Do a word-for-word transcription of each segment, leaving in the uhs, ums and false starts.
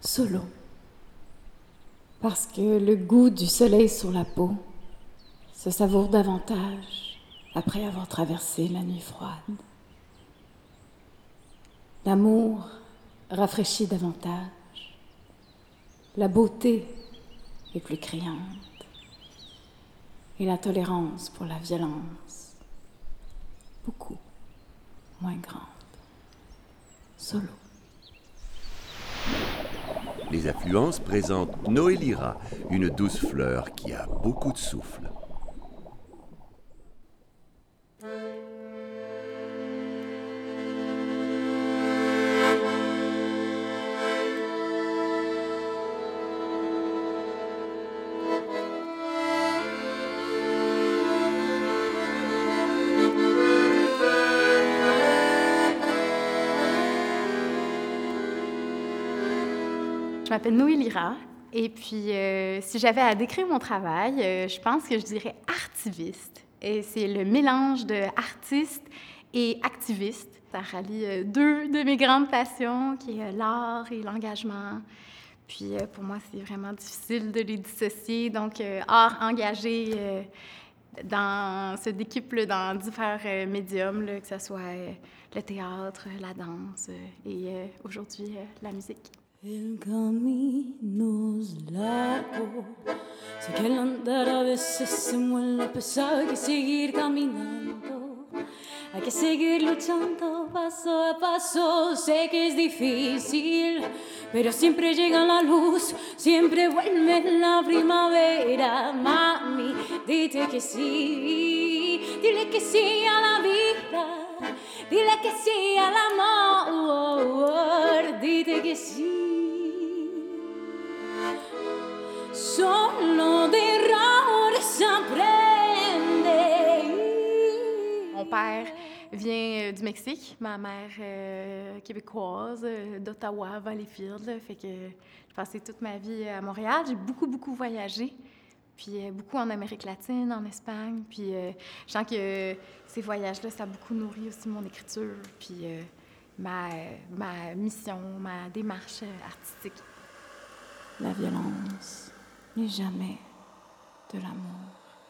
solo. Parce que le goût du soleil sur la peau se savoure davantage après avoir traversé la nuit froide. L'amour rafraîchit davantage. La beauté est plus criante. Et la tolérance pour la violence, beaucoup moins grande. Solo. Les Affluences présentent Noélira, une douce fleur qui a beaucoup de souffle. Je m'appelle Noélira et puis euh, si j'avais à décrire mon travail, euh, je pense que je dirais artiviste. Et c'est le mélange de artiste et activiste. Ça rallie euh, deux de mes grandes passions, qui est euh, l'art et l'engagement. Puis euh, pour moi, c'est vraiment difficile de les dissocier. Donc, euh, art engagé euh, dans, se décuple dans différents euh, médiums, là, que ce soit euh, le théâtre, la danse euh, et euh, aujourd'hui euh, la musique. El camino es largo, sé que el andar a veces se muele pesado, hay que seguir caminando, hay que seguir luchando paso a paso, sé que es difícil, pero siempre llega la luz, siempre vuelve la primavera, mami, dite que sí, dile que sí a la vida, dile que sí al amor, dite que sí. Solo de errores aprende. Mon père vient du Mexique, ma mère euh, québécoise, euh, d'Ottawa, Valleyfield. Fait que j'ai passé toute ma vie à Montréal. J'ai beaucoup, beaucoup voyagé. Puis euh, beaucoup en Amérique latine, en Espagne. Puis euh, je sens que euh, ces voyages-là, ça a beaucoup nourri aussi mon écriture. Puis euh, ma, ma mission, ma démarche artistique. La violence n'est jamais de l'amour.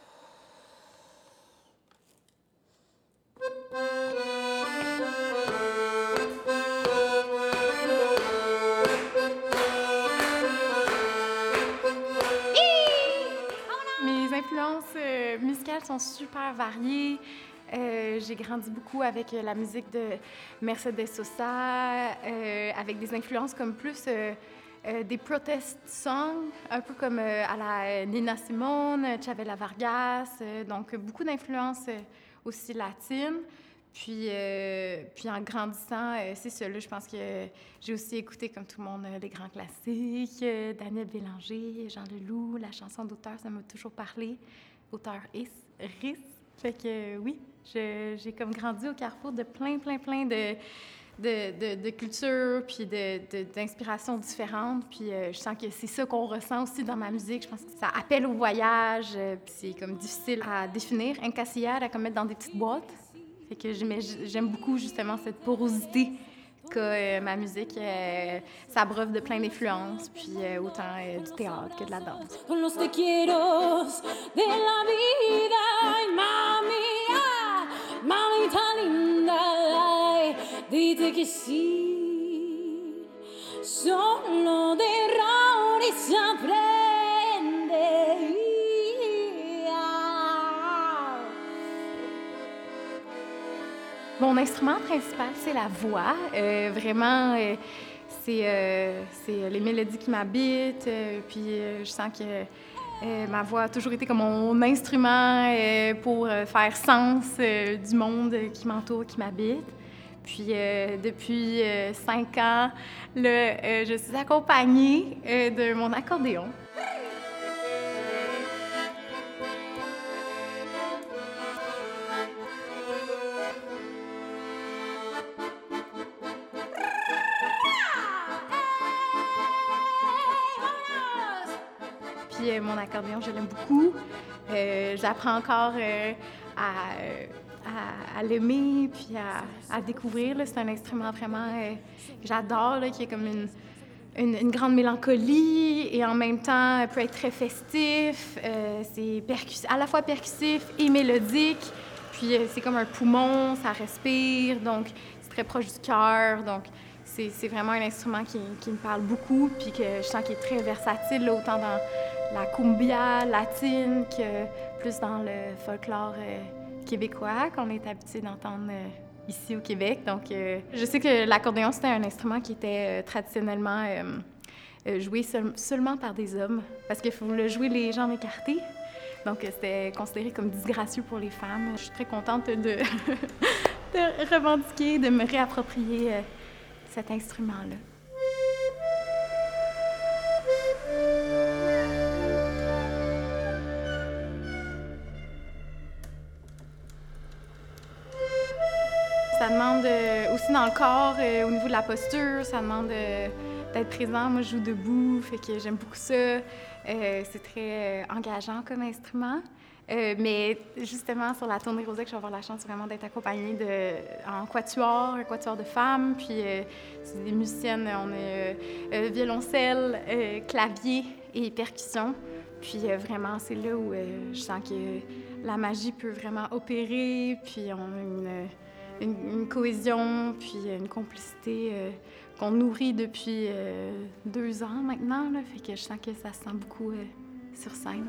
Mes influences euh, musicales sont super variées. Euh, j'ai grandi beaucoup avec euh, la musique de Mercedes Sosa, euh, avec des influences comme plus euh, euh, des protest songs, un peu comme euh, à la Nina Simone, Chavela Vargas, euh, donc beaucoup d'influences euh, aussi latines. Puis, euh, puis en grandissant, euh, c'est ça, là, je pense que j'ai aussi écouté, comme tout le monde, euh, les grands classiques, euh, Daniel Bélanger, Jean Leloup, la chanson d'auteur, ça m'a toujours parlé, auteur Is, Riz. Fait que euh, oui, je, j'ai comme grandi au carrefour de plein, plein, plein de, de, de, de cultures, puis de, de, d'inspirations différentes. Puis euh, je sens que c'est ça qu'on ressent aussi dans ma musique. Je pense que ça appelle au voyage, euh, puis c'est comme difficile à définir, encasillar, à comme mettre dans des petites boîtes. Fait que j'aime, j'aime beaucoup justement cette porosité qu'a euh, ma musique. Euh, ça abreuve de plein d'influences, puis euh, autant euh, du théâtre que de la danse. Con los te quiero de la vida, ay, mami, ah, mami tan linda, ay, dite que sí, solo de errores aprende. Mon instrument principal, c'est la voix. Euh, vraiment, euh, c'est, euh, c'est les mélodies qui m'habitent. Euh, puis euh, je sens que euh, ma voix a toujours été comme mon instrument euh, pour euh, faire sens euh, du monde qui m'entoure, qui m'habite. Puis euh, depuis euh, cinq ans, là, euh, je suis accompagnée euh, de mon accordéon. Puis euh, mon accordéon, je l'aime beaucoup. Euh, j'apprends encore euh, à, à, à l'aimer puis à, à découvrir. Là. C'est un instrument vraiment euh, que j'adore, là, qui est comme une, une, une grande mélancolie et en même temps elle peut être très festif. Euh, c'est percus- à la fois percussif et mélodique. Puis euh, c'est comme un poumon, ça respire, donc c'est très proche du cœur. Donc c'est, c'est vraiment un instrument qui, qui me parle beaucoup, puis que je sens qu'il est très versatile, là, autant dans la cumbia latine que plus dans le folklore euh, québécois qu'on est habitué d'entendre euh, ici au Québec. Donc, euh, je sais que l'accordéon, c'était un instrument qui était euh, traditionnellement euh, euh, joué seul, seulement par des hommes, parce qu'il faut le jouer les jambes écartées. Donc, euh, c'était considéré comme disgracieux pour les femmes. Je suis très contente de, de revendiquer, de me réapproprier euh, cet instrument-là. Ça demande euh, aussi dans le corps, euh, au niveau de la posture, ça demande euh, d'être présent. Moi, je joue debout, fait que j'aime beaucoup ça. Euh, c'est très euh, engageant comme instrument. Euh, mais justement, sur la tournée Rosec, je vais avoir la chance vraiment d'être accompagnée de, en quatuor, un quatuor de femmes. Puis, euh, c'est des musiciennes, on a euh, euh, violoncelle, euh, clavier et percussion. Puis, euh, vraiment, c'est là où euh, je sens que la magie peut vraiment opérer. Puis, on a une... Une, une cohésion, puis une complicité euh, qu'on nourrit depuis euh, deux ans maintenant. Là, fait que je sens que ça se sent beaucoup euh, sur scène.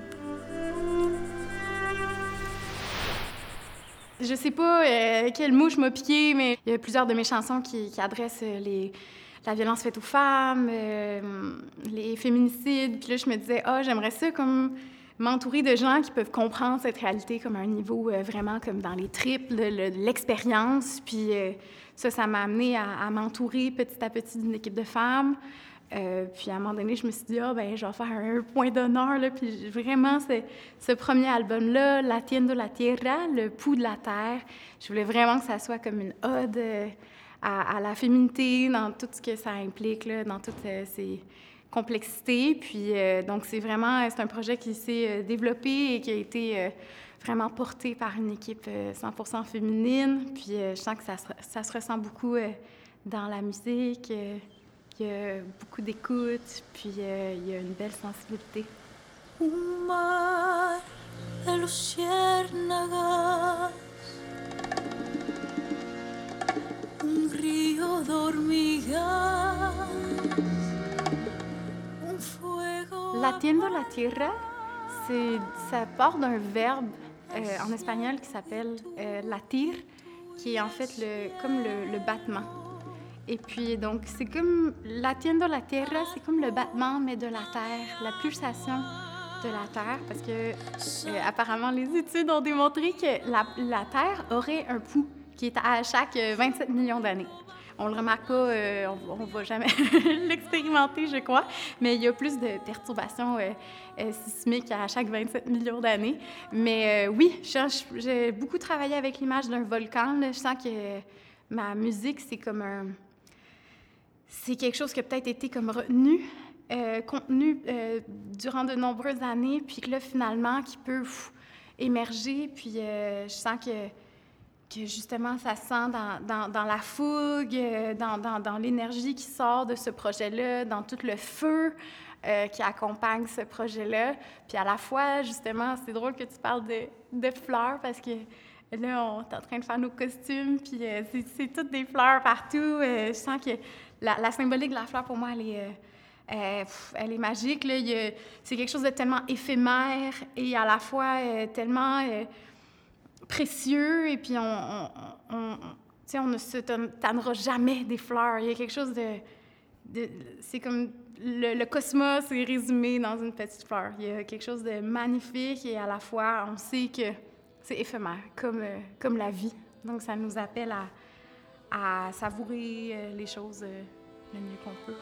Je sais pas euh, quelle mouche m'a piqué, mais il y a plusieurs de mes chansons qui, qui adressent les, la violence faite aux femmes, euh, les féminicides. Puis là, je me disais, ah, oh, j'aimerais ça comme m'entourer de gens qui peuvent comprendre cette réalité comme à un niveau euh, vraiment comme dans les tripes, le, le, l'expérience. Puis euh, ça, ça m'a amené à, à m'entourer petit à petit d'une équipe de femmes. Euh, puis à un moment donné, je me suis dit, ah, oh, ben je vais faire un point d'honneur. Là. Puis vraiment, c'est, ce premier album-là, La Tienda la Tierra, le pouls de la terre, je voulais vraiment que ça soit comme une ode euh, à, à la féminité, dans tout ce que ça implique, là, dans toutes euh, ces complexité. Puis, euh, donc, c'est vraiment, c'est un projet qui s'est euh, développé et qui a été euh, vraiment porté par une équipe euh, cent pour cent féminine. Puis, euh, je sens que ça se, ça se ressent beaucoup euh, dans la musique. Euh, il y a beaucoup d'écoute, puis euh, il y a une belle sensibilité. Un mar de luciérnagas, un río d'hormigas. La Tienda la Tierra, c'est, ça part d'un verbe euh, en espagnol qui s'appelle euh, latir, qui est en fait le, comme le, le battement. Et puis, donc, c'est comme la Tienda la Tierra, c'est comme le battement, mais de la terre, la pulsation de la terre, parce que euh, apparemment, les études ont démontré que la, la Terre aurait un pouls qui est à chaque vingt-sept millions d'années. On le remarque pas, euh, on ne va jamais l'expérimenter, je crois, mais il y a plus de perturbations euh, euh, sismiques à chaque vingt-sept millions d'années. Mais euh, oui, je, j'ai beaucoup travaillé avec l'image d'un volcan. Là. Je sens que euh, ma musique, c'est comme un... C'est quelque chose qui a peut-être été comme retenu, euh, contenu euh, durant de nombreuses années, puis que là, finalement, qui peut pff, émerger. Puis euh, je sens que... que justement, ça se sent dans, dans, dans la fougue, dans, dans, dans l'énergie qui sort de ce projet-là, dans tout le feu euh, qui accompagne ce projet-là. Puis à la fois, justement, c'est drôle que tu parles de, de fleurs, parce que là, on est en train de faire nos costumes, puis euh, c'est, c'est toutes des fleurs partout. Euh, je sens que la, la symbolique de la fleur, pour moi, elle est... Euh, Euh, pff, elle est magique. Là. Il y a, c'est quelque chose de tellement éphémère et à la fois euh, tellement... Euh, précieux, et puis on, on, on, on ne se tannera jamais des fleurs. Il y a quelque chose de... de c'est comme le, le cosmos est résumé dans une petite fleur. Il y a quelque chose de magnifique et à la fois, on sait que c'est éphémère, comme, euh, comme la vie. Donc, ça nous appelle à, à savourer euh, les choses euh, le mieux qu'on peut.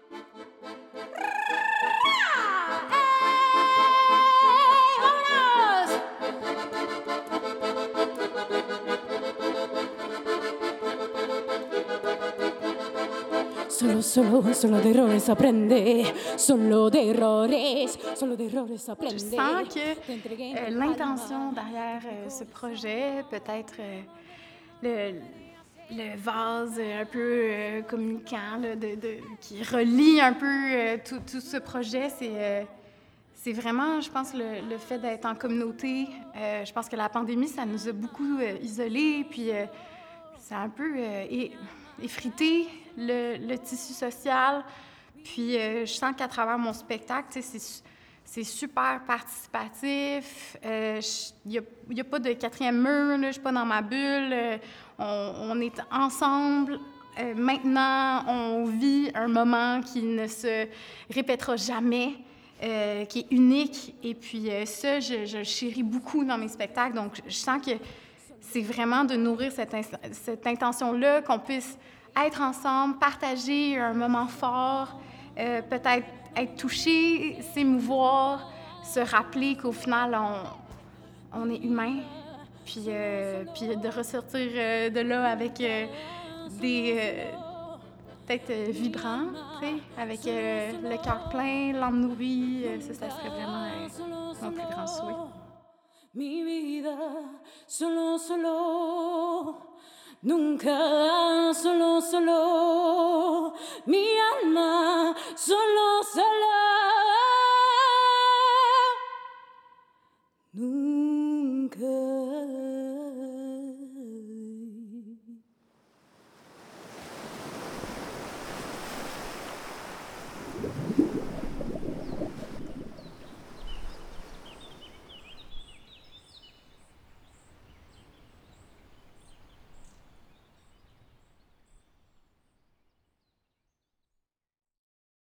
Solo, solo, solo de errores aprende. Solo de errores, solo de errores aprende. Je sens que euh, l'intention derrière euh, ce projet, peut-être euh, le, le vase un peu euh, communicant, là, de, de, qui relie un peu euh, tout, tout ce projet. C'est, euh, c'est vraiment, je pense, le, le fait d'être en communauté. Euh, je pense que la pandémie, ça nous a beaucoup euh, isolés, puis euh, ça a un peu euh, effrité le, le tissu social. Puis euh, je sens qu'à travers mon spectacle, c'est, c'est super participatif. Il euh, n'y a, y a pas de quatrième mur, je ne suis pas dans ma bulle. Euh, on, on est ensemble. Euh, maintenant, on vit un moment qui ne se répétera jamais, euh, qui est unique. Et puis euh, ça, je, je le chéris beaucoup dans mes spectacles. Donc, je sens que c'est vraiment de nourrir cette, in- cette intention-là, qu'on puisse être ensemble, partager un moment fort, euh, peut-être être touché, s'émouvoir, se rappeler qu'au final, on, on est humain, puis, euh, puis de ressortir euh, de là avec euh, des... Euh, peut-être euh, vibrants, tu sais, avec euh, le cœur plein, l'âme nourrie, euh, ça, ça serait vraiment euh, mon plus grand souhait. Mi vida, solo, solo, nunca, solo, solo.